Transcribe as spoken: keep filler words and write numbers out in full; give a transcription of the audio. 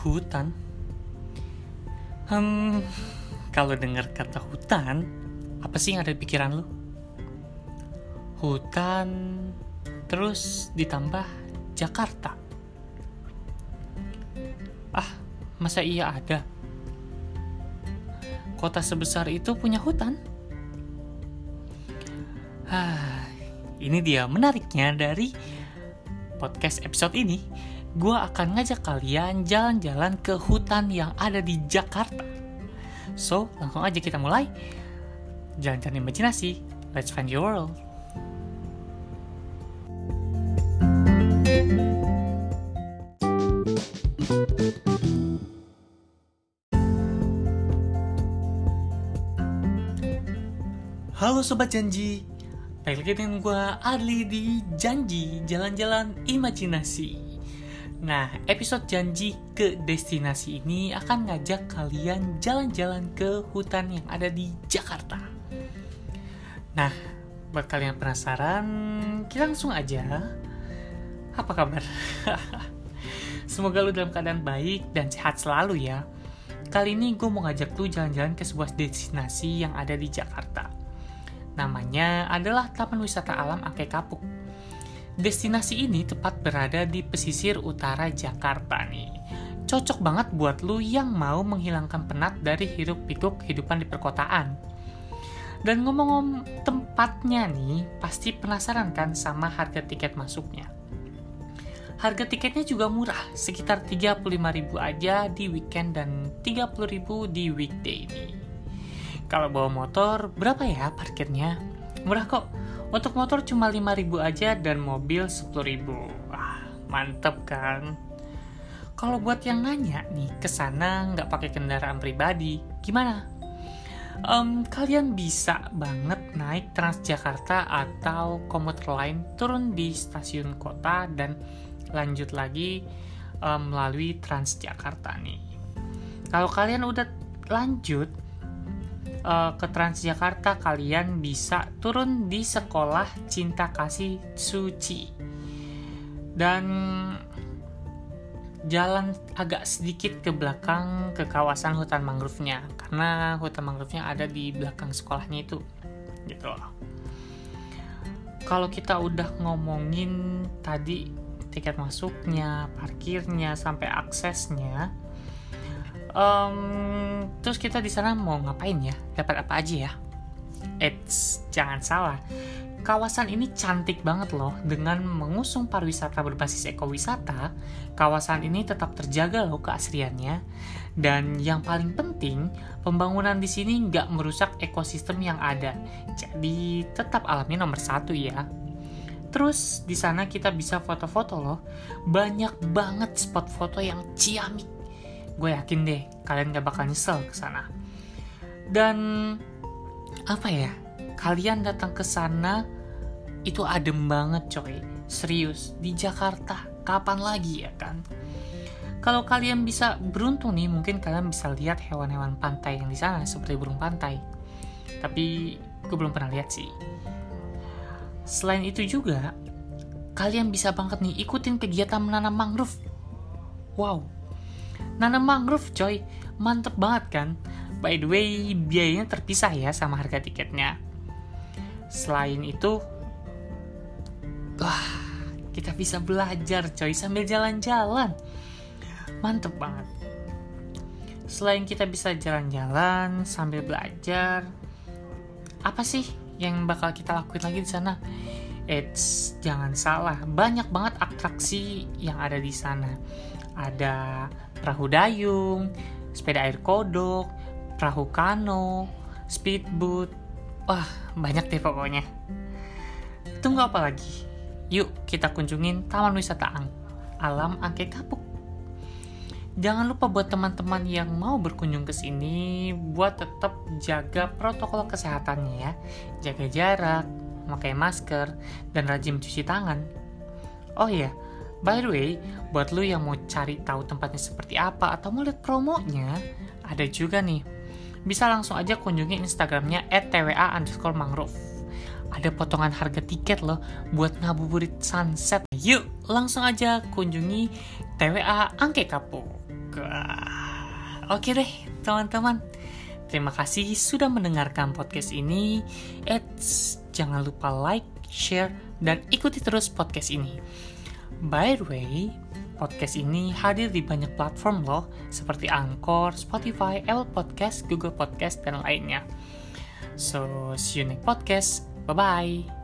Hutan? Hmm, kalau dengar kata hutan, apa sih yang ada di pikiran lu? Hutan, terus ditambah Jakarta. Ah, masa iya ada? Kota sebesar itu punya hutan? Ah, ini dia menariknya dari podcast episode ini. Gua akan ngajak kalian jalan-jalan ke hutan yang ada di Jakarta. So, langsung aja kita mulai. Jalan-jalan imajinasi. Let's find your world. Halo Sobat Janji, balik lagi dengan gue Adli di Janji Jalan-Jalan Imajinasi. Nah, episode Janji ke Destinasi ini akan ngajak kalian jalan-jalan ke hutan yang ada di Jakarta. Nah, buat kalian yang penasaran, kita langsung aja. Apa kabar? Semoga lu dalam keadaan baik dan sehat selalu ya. Kali ini gue mau ngajak lu jalan-jalan ke sebuah destinasi yang ada di Jakarta. Namanya adalah Taman Wisata Alam Angke Kapuk. Destinasi ini tepat berada di pesisir utara Jakarta nih. Cocok banget buat lu yang mau menghilangkan penat dari hiruk-pikuk kehidupan di perkotaan. Dan ngomong-ngomong tempatnya nih, pasti penasaran kan sama harga tiket masuknya. Harga tiketnya juga murah, sekitar tiga puluh lima ribu aja di weekend dan tiga puluh ribu di weekday nih. Kalau bawa motor, berapa ya parkirnya? Murah kok. Untuk motor cuma lima ribu aja dan mobil sepuluh ribu. Wah, mantep kan? Kalau buat yang nanya nih, kesana nggak pakai kendaraan pribadi, gimana? Um, kalian bisa banget naik Transjakarta atau komuter lain, turun di stasiun kota dan lanjut lagi um, melalui Transjakarta nih. Kalau kalian udah lanjut Uh, ke Transjakarta, kalian bisa turun di Sekolah Cinta Kasih Suci dan jalan agak sedikit ke belakang ke kawasan hutan mangrove-nya, karena hutan mangrove-nya ada di belakang sekolahnya itu gitu loh. Kalau kita udah ngomongin tadi tiket masuknya, parkirnya, sampai aksesnya, Um, terus kita di sana mau ngapain ya? Dapat apa aja ya? Eits, jangan salah. Kawasan ini cantik banget loh. Dengan mengusung pariwisata berbasis ekowisata, kawasan ini tetap terjaga loh keasriannya. Dan yang paling penting, pembangunan di sini nggak merusak ekosistem yang ada. Jadi tetap alamnya nomor satu ya. Terus di sana kita bisa foto-foto loh. Banyak banget spot foto yang ciamik. Gue yakin deh, kalian gak bakal nyesel ke sana. Dan apa ya? Kalian datang ke sana itu adem banget, coy. Serius, di Jakarta kapan lagi ya kan? Kalau kalian bisa beruntung nih, mungkin kalian bisa lihat hewan-hewan pantai yang di sana seperti burung pantai. Tapi gue belum pernah lihat sih. Selain itu juga, kalian bisa banget nih ikutin kegiatan menanam mangrove. Wow. Nanam mangrove coy, mantep banget kan? By the way, biayanya terpisah ya sama harga tiketnya. Selain itu, wah, kita bisa belajar coy sambil jalan-jalan. Mantep banget. Selain kita bisa jalan-jalan sambil belajar, apa sih yang bakal kita lakuin lagi di sana? Eits, jangan salah, banyak banget atraksi yang ada di sana. Ada perahu dayung, sepeda air kodok, perahu kano, speedboat. Wah, banyak deh pokoknya. Tunggu apa lagi? Yuk kita kunjungin Taman Wisata Alam Angke Kapuk. Jangan lupa buat teman-teman yang mau berkunjung ke sini buat tetap jaga protokol kesehatannya ya. Jaga jarak, memakai masker, dan rajin mencuci tangan. Oh iya, by the way, buat lu yang mau cari tahu tempatnya seperti apa atau mau lihat promonya, ada juga nih. Bisa langsung aja kunjungi Instagramnya at t w a underscore mangrove. Ada potongan harga tiket loh buat ngabuburit sunset. Yuk, langsung aja kunjungi T W A Angke Kapuk. Oke deh teman-teman, terima kasih sudah mendengarkan podcast ini. Eits, jangan lupa like, share, dan ikuti terus podcast ini. By the way, podcast ini hadir di banyak platform loh, seperti Anchor, Spotify, Apple Podcast, Google Podcast, dan lainnya. So, see you next podcast. Bye-bye.